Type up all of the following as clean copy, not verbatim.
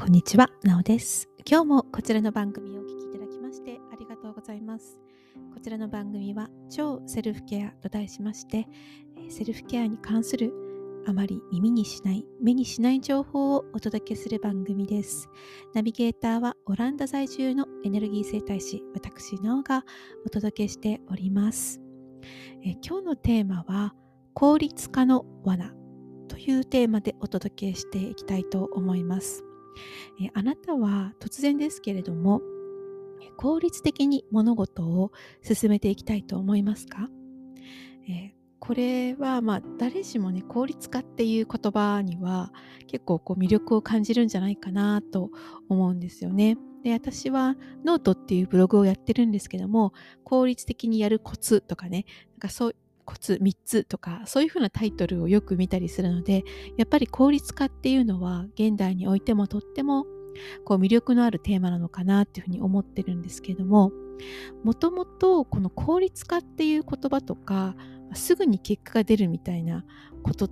こんにちは、なおです。今日もこちらの番組をお聞きいただきましてありがとうございます。こちらの番組は超セルフケアと題しまして、セルフケアに関するあまり耳にしない、目にしない情報をお届けする番組です。ナビゲーターはオランダ在住のエネルギー整体師、私なおがお届けしております。今日のテーマは効率化の罠というテーマでお届けしていきたいと思います。あなたは突然ですけれども、効率的に物事を進めていきたいと思いますか？これは誰しもね、効率化っていう言葉には結構魅力を感じるんじゃないかなと思うんですよね。で、私はノートっていうブログをやってるんですけども、効率的にやるコツとかね、そうコツ3つとかそういう風なタイトルをよく見たりするので、やっぱり効率化っていうのは現代においてもとっても魅力のあるテーマなのかなっていうふうに思ってるんですけれども、もともとこの効率化っていう言葉とか、すぐに結果が出るみたいなことって、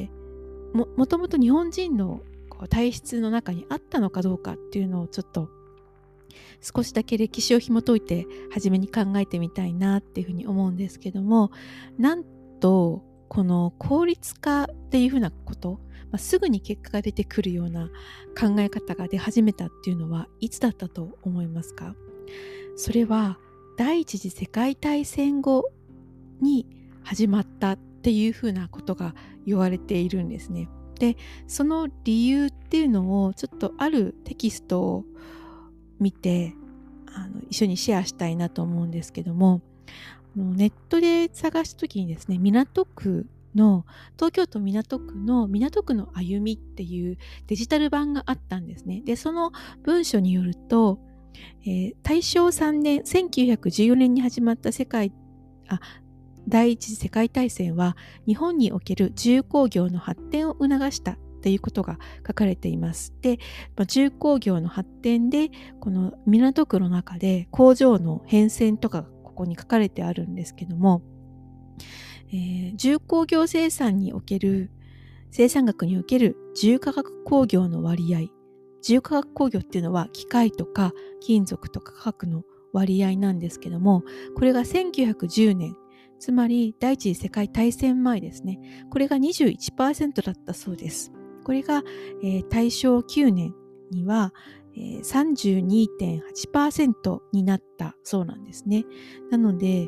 もともと日本人の体質の中にあったのかどうかっていうのをちょっと少しだけ歴史を紐解いて初めに考えてみたいなっていうふうに思うんですけども、なんとこの効率化っていうふうなこと、すぐに結果が出てくるような考え方が出始めたっていうのはいつだったと思いますか？それは第一次世界大戦後に始まったっていうふうなことが言われているんですね。で、その理由っていうのをちょっとあるテキストを見て一緒にシェアしたいなと思うんですけども、ネットで探すときにですね、東京都港区の港区の歩みっていうデジタル版があったんですね。で、その文書によると、大正3年、1914年に始まった第一次世界大戦は日本における重工業の発展を促したっていうことが書かれています。で、重工業の発展でこの港区の中で工場の変遷とかがここに書かれてあるんですけども、重工業生産額における重化学工業の割合、重化学工業っていうのは機械とか金属とか化学の割合なんですけども、これが1910年、つまり第一次世界大戦前ですね。これが 21% だったそうです。これが、大正9年には、32.8% になったそうなんですね。なので、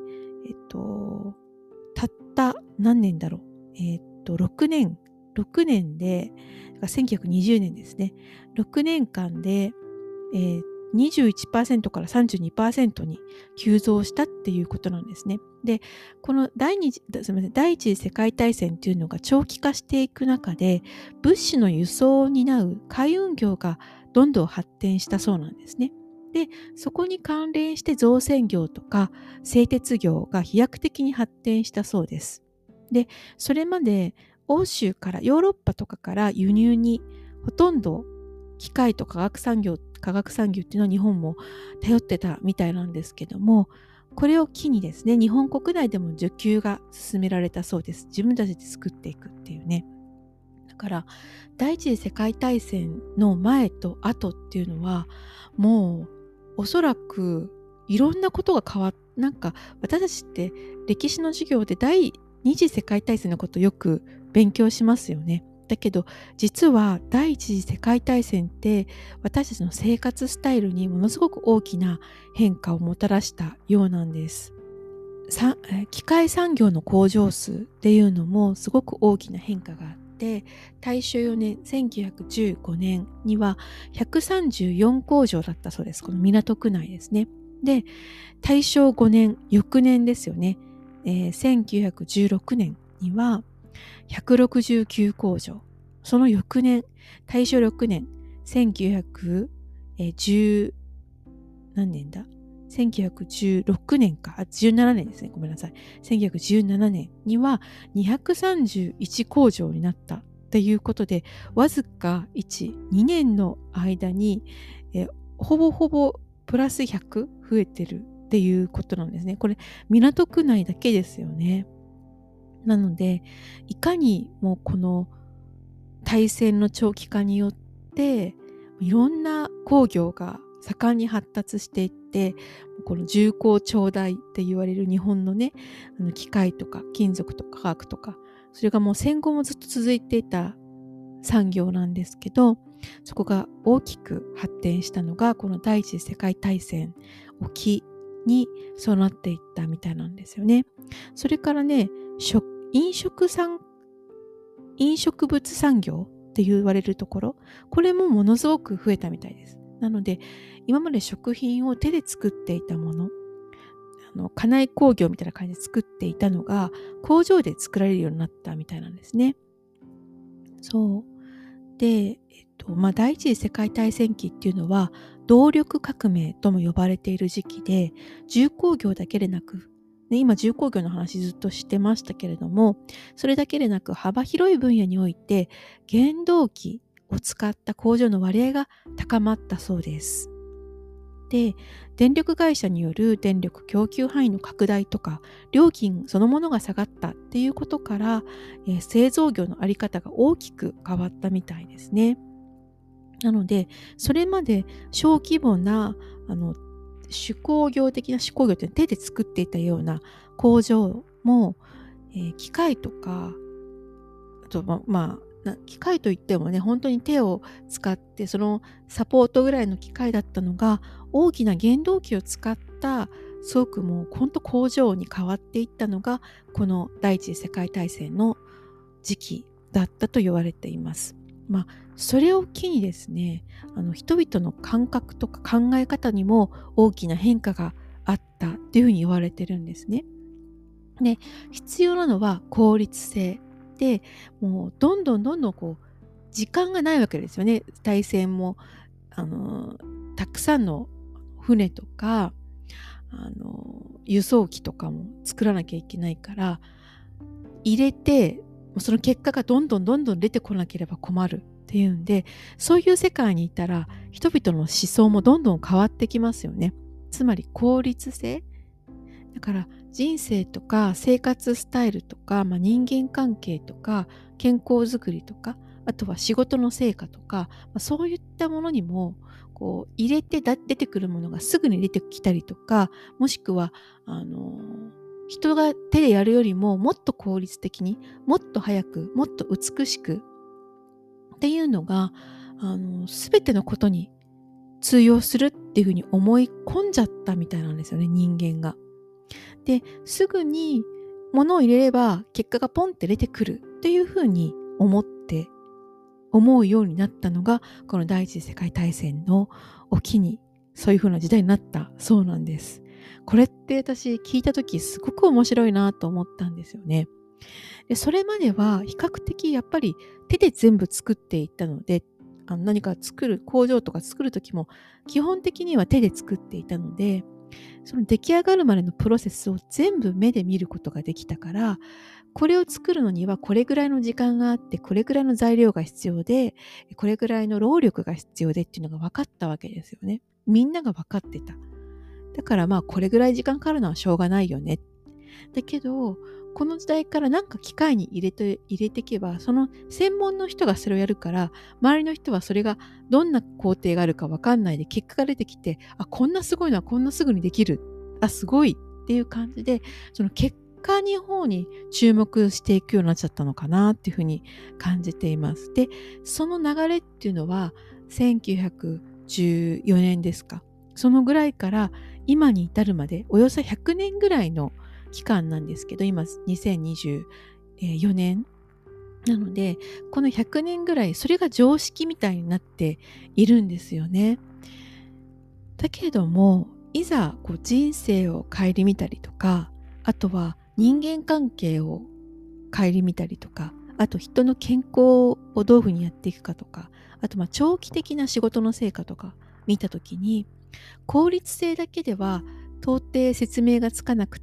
たった何年だろう。6年で、1920年ですね。6年間で、21% から 32% に急増したっていうことなんですね。で、この第一次世界大戦っていうのが長期化していく中で、物資の輸送を担う海運業がどんどん発展したそうなんですね。で、そこに関連して造船業とか製鉄業が飛躍的に発展したそうです。で、それまで欧州からヨーロッパとかから輸入にほとんど機械と化学産業っていうのは日本も頼ってたみたいなんですけども、これを機にですね、日本国内でも受給が進められたそうです。自分たちで作っていくっていうね。だから第一次世界大戦の前と後っていうのはもうおそらくいろんなことが私たちって歴史の授業で第二次世界大戦のことよく勉強しますよね。だけど実は第一次世界大戦って私たちの生活スタイルにものすごく大きな変化をもたらしたようなんです。機械産業の工場数っていうのもすごく大きな変化があって、大正4年1915年には134工場だったそうです。この港区内ですね。で、大正5年、翌年ですよね。1916年には169工場。その翌年、大正6年、1910何年だ1916年か、17年ですね。ごめんなさい。1917年には231工場になったっていうことで、わずか1、2年の間に、ほぼほぼプラス100増えてるっていうことなんですね。これ、港区内だけですよね。なので、いかにもこの大戦の長期化によって、 いろんな工業が盛んに発達していって、この重工長大って言われる日本のね、機械とか金属とか化学とか、それがもう戦後もずっと続いていた産業なんですけど、そこが大きく発展したのがこの第一次世界大戦を機にそうなっていったみたいなんですよね。それからね、飲食物産業って言われるところ、これもものすごく増えたみたいです。なので、今まで食品を手で作っていたもの、家内工業みたいな感じで作っていたのが、工場で作られるようになったみたいなんですね。そう。で、第一次世界大戦期っていうのは、動力革命とも呼ばれている時期で、重工業だけでなく、今重工業の話ずっとしてましたけれども、それだけでなく幅広い分野において原動機を使った工場の割合が高まったそうです。で、電力会社による電力供給範囲の拡大とか、料金そのものが下がったっていうことから、製造業のあり方が大きく変わったみたいですね。なので、それまで小規模な手工業って手で作っていたような工場も、機械とか、あと機械といってもね、本当に手を使ってそのサポートぐらいの機械だったのが、大きな原動機を使ったすごくもう本当工場に変わっていったのが、この第一次世界大戦の時期だったと言われています。それを機にですね、人々の感覚とか考え方にも大きな変化があったっていうふうに言われてるんですね。で、必要なのは効率性で、もうどんどん時間がないわけですよね。大戦もたくさんの船とか輸送機とかも作らなきゃいけないから、入れてその結果がどんどん出てこなければ困るっていうんで、そういう世界にいたら人々の思想もどんどん変わってきますよね。つまり効率性だから、人生とか生活スタイルとか、人間関係とか健康づくりとか、あとは仕事の成果とか、そういったものにも入れて出てくるものがすぐに出てきたりとか、もしくは人が手でやるよりももっと効率的に、もっと早く、もっと美しくっていうのが全てのことに通用するっていうふうに思い込んじゃったみたいなんですよね、人間が。で、すぐに物を入れれば結果がポンって出てくるっていうふうに思うようになったのが、この第一次世界大戦の機にそういうふうな時代になったそうなんです。これって私聞いた時すごく面白いなと思ったんですよね。で、それまでは比較的やっぱり手で全部作っていったので、何か工場とか作る時も基本的には手で作っていたので、その出来上がるまでのプロセスを全部目で見ることができたから、これを作るのにはこれぐらいの時間があって、これぐらいの材料が必要で、これぐらいの労力が必要でっていうのが分かったわけですよね。みんなが分かってた。だからこれぐらい時間かかるのはしょうがないよね。だけど、この時代からなんか機械に入れていけば、その専門の人がそれをやるから、周りの人はそれがどんな工程があるかわかんないで結果が出てきて、こんなすごいのはこんなすぐにできる。すごいっていう感じで、その結果の方に注目していくようになっちゃったのかなっていうふうに感じています。で、その流れっていうのは、1914年ですか。そのぐらいから今に至るまで、およそ100年ぐらいの期間なんですけど、今2024年なので、この100年ぐらいそれが常識みたいになっているんですよね。だけども、いざ人生を顧みたりとか、あとは人間関係を顧みたりとか、あと人の健康をどういうふうにやっていくかとか、あと長期的な仕事の成果とか見たときに、効率性だけでは到底説明がつかなくって、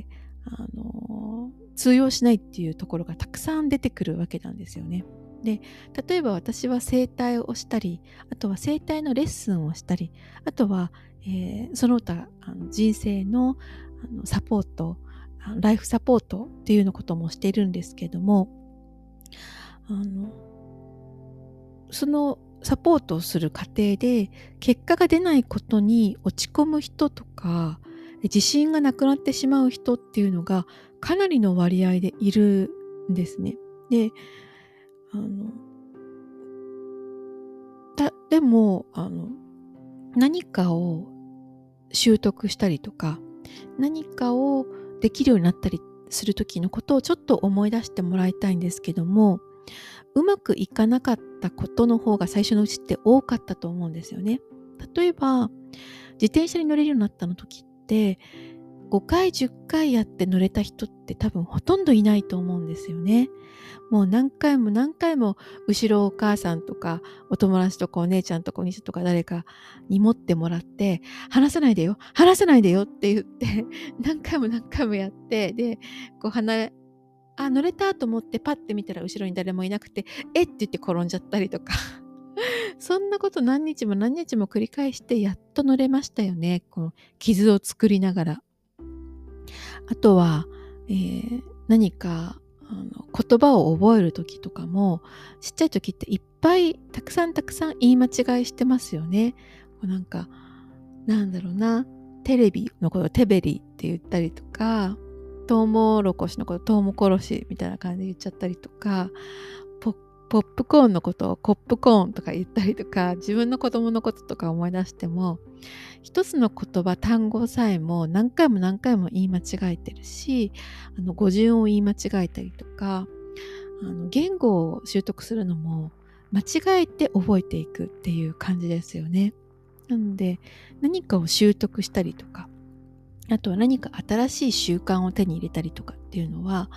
通用しないっていうところがたくさん出てくるわけなんですよね。で、例えば私は整体をしたり、あとは整体のレッスンをしたり、あとは、その他人生のサポート、ライフサポートっていうようなこともしているんですけども、そのサポートをする過程で結果が出ないことに落ち込む人とか自信がなくなってしまう人っていうのがかなりの割合でいるんですね。で、でも何かを習得したりとか何かをできるようになったりする時のことをちょっと思い出してもらいたいんですけども、うまくいかなかったことの方が最初のうちって多かったと思うんですよね。例えば自転車に乗れるようになったの時って5回10回やって乗れた人って多分ほとんどいないと思うんですよね。もう何回も何回も後ろお母さんとかお友達とかお姉ちゃんとかお兄ちゃんとか誰かに持ってもらって離さないでよ離さないでよって言って何回も何回もやって、でこう乗れたと思ってパッて見たら後ろに誰もいなくてって言って転んじゃったりとかそんなこと何日も何日も繰り返してやっと乗れましたよね。この傷を作りながら。あとは、何か言葉を覚える時とかもちっちゃい時っていっぱいたくさん言い間違いしてますよね。なんかなんだろうな、テレビのことをテベリって言ったりとか、トウモロコシのことトウモコロシみたいな感じで言っちゃったりとか、ポップコーンのことをコップコーンとか言ったりとか、自分の子供のこととか思い出しても一つの言葉単語さえも何回も何回も言い間違えてるし、語順を言い間違えたりとか、言語を習得するのも間違えて覚えていくっていう感じですよね。なので何かを習得したりとか、あとは何か新しい習慣を手に入れたりとかっていうのは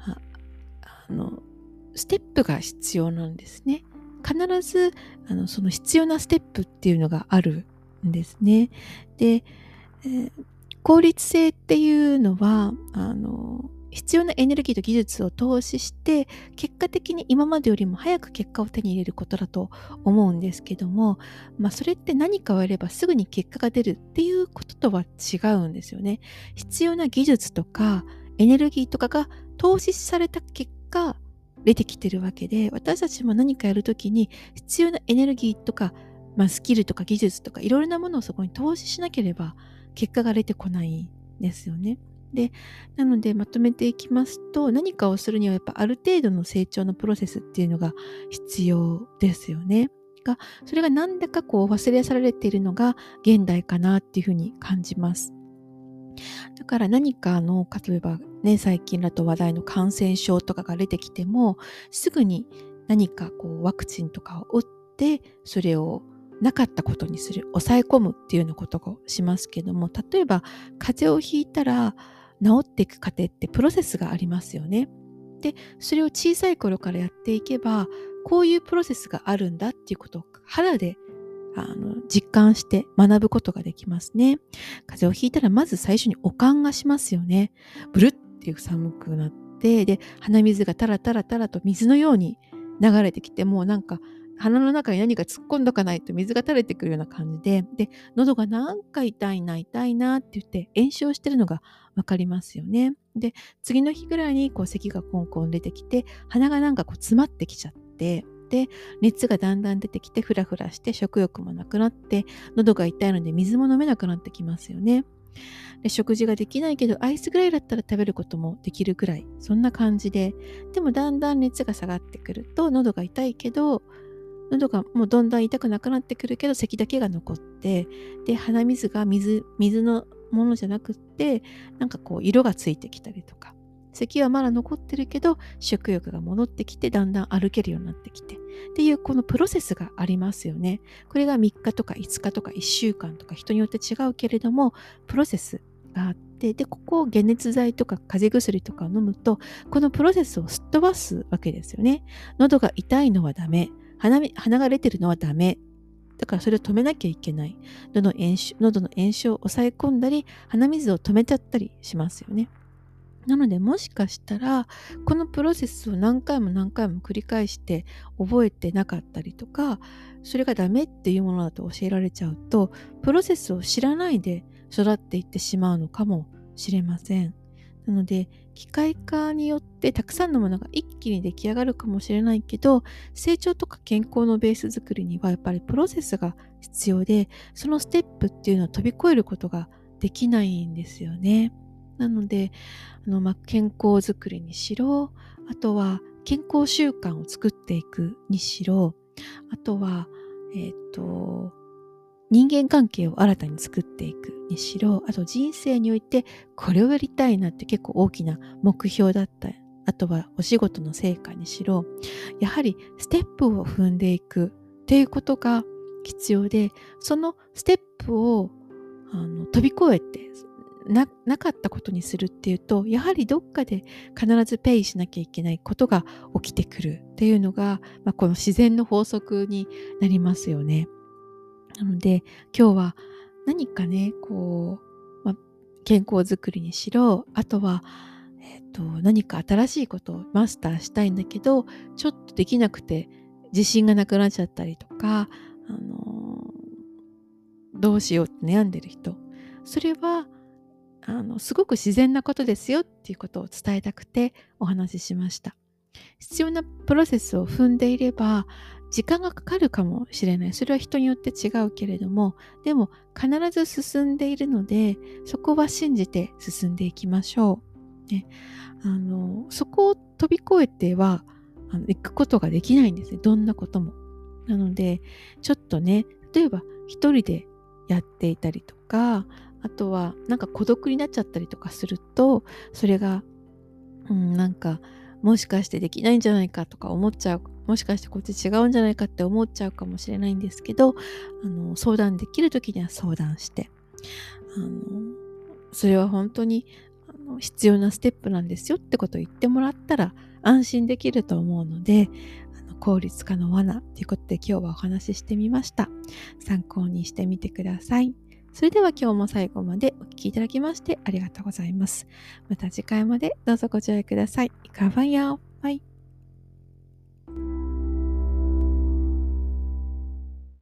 ステップが必要なんですね。必ずその必要なステップっていうのがあるんですね。で、効率性っていうのは必要なエネルギーと技術を投資して結果的に今までよりも早く結果を手に入れることだと思うんですけども、それって何かをやればすぐに結果が出るっていうこととは違うんですよね。必要な技術とかエネルギーとかが投資された結果出てきてるわけで、私たちも何かやるときに必要なエネルギーとか、スキルとか技術とかいろいろなものをそこに投資しなければ結果が出てこないんですよね。で、なのでまとめていきますと、何かをするにはやっぱある程度の成長のプロセスっていうのが必要ですよね。それがなんだか忘れ去られているのが現代かなっていうふうに感じます。だから何か例えばね、最近だと話題の感染症とかが出てきても、すぐに何かワクチンとかを打って、それをなかったことにする、抑え込むっていうようなことをしますけども、例えば風邪をひいたら治っていく過程ってプロセスがありますよね。で、それを小さい頃からやっていけば、こういうプロセスがあるんだっていうことを肌で実感して学ぶことができますね。風邪をひいたらまず最初に悪寒がしますよね。ブルッっていう寒くなって、で鼻水がタラタラタラと水のように流れてきて、もうなんか鼻の中に何か突っ込んどかないと水が垂れてくるような感じで、喉がなんか痛いな痛いなって言って炎症してるのがわかりますよね。で、次の日ぐらいに咳がコンコン出てきて、鼻がなんか詰まってきちゃって、で熱がだんだん出てきてフラフラして食欲もなくなって、喉が痛いので水も飲めなくなってきますよね。で、食事ができないけどアイスぐらいだったら食べることもできるぐらい、そんな感じで、でもだんだん熱が下がってくると喉が痛いけど、喉がもうどんどん痛くなくなってくるけど咳だけが残って、で鼻水が水のものじゃなくって、なんか色がついてきたりとか、咳はまだ残ってるけど食欲が戻ってきて、だんだん歩けるようになってきてっていうこのプロセスがありますよね。これが3日とか5日とか1週間とか人によって違うけれども、プロセスがあって、でここを解熱剤とか風邪薬とかを飲むとこのプロセスをすっ飛ばすわけですよね。喉が痛いのはダメ、鼻が出てるのはダメ。だからそれを止めなきゃいけない。喉の炎症を抑え込んだり、鼻水を止めちゃったりしますよね。なのでもしかしたらこのプロセスを何回も何回も繰り返して覚えてなかったりとか、それがダメっていうものだと教えられちゃうと、プロセスを知らないで育っていってしまうのかもしれません。 なので機械化によってたくさんのものが一気に出来上がるかもしれないけど、成長とか健康のベース作りにはやっぱりプロセスが必要で、そのステップっていうのは飛び越えることができないんですよね。なので健康づくりにしろ、あとは健康習慣を作っていくにしろ、あとは人間関係を新たに作っていくにしろ、あと人生においてこれをやりたいなって結構大きな目標だったり、あとはお仕事の成果にしろ、やはりステップを踏んでいくっていうことが必要で、そのステップを飛び越えてなかったことにするっていうと、やはりどっかで必ずペイしなきゃいけないことが起きてくるっていうのが、この自然の法則になりますよね。なので今日は何かね、健康づくりにしろ、あとは、何か新しいことをマスターしたいんだけど、ちょっとできなくて自信がなくなっちゃったりとか、どうしようって悩んでる人、それはすごく自然なことですよっていうことを伝えたくてお話ししました。必要なプロセスを踏んでいれば時間がかかるかもしれない。それは人によって違うけれども、でも必ず進んでいるので、そこは信じて進んでいきましょう。ね、そこを飛び越えては行くことができないんですね。どんなことも。なのでちょっとね、例えば一人でやっていたりとか、あとはなんか孤独になっちゃったりとかすると、それが、なんかもしかしてできないんじゃないかとか思っちゃう、もしかしてこっち違うんじゃないかって思っちゃうかもしれないんですけど、相談できる時には相談して、それは本当に必要なステップなんですよってことを言ってもらったら安心できると思うので、効率化の罠ということで今日はお話ししてみました。参考にしてみてください。それでは今日も最後までお聞きいただきましてありがとうございます。また次回までどうぞご自愛ください。いかばんや。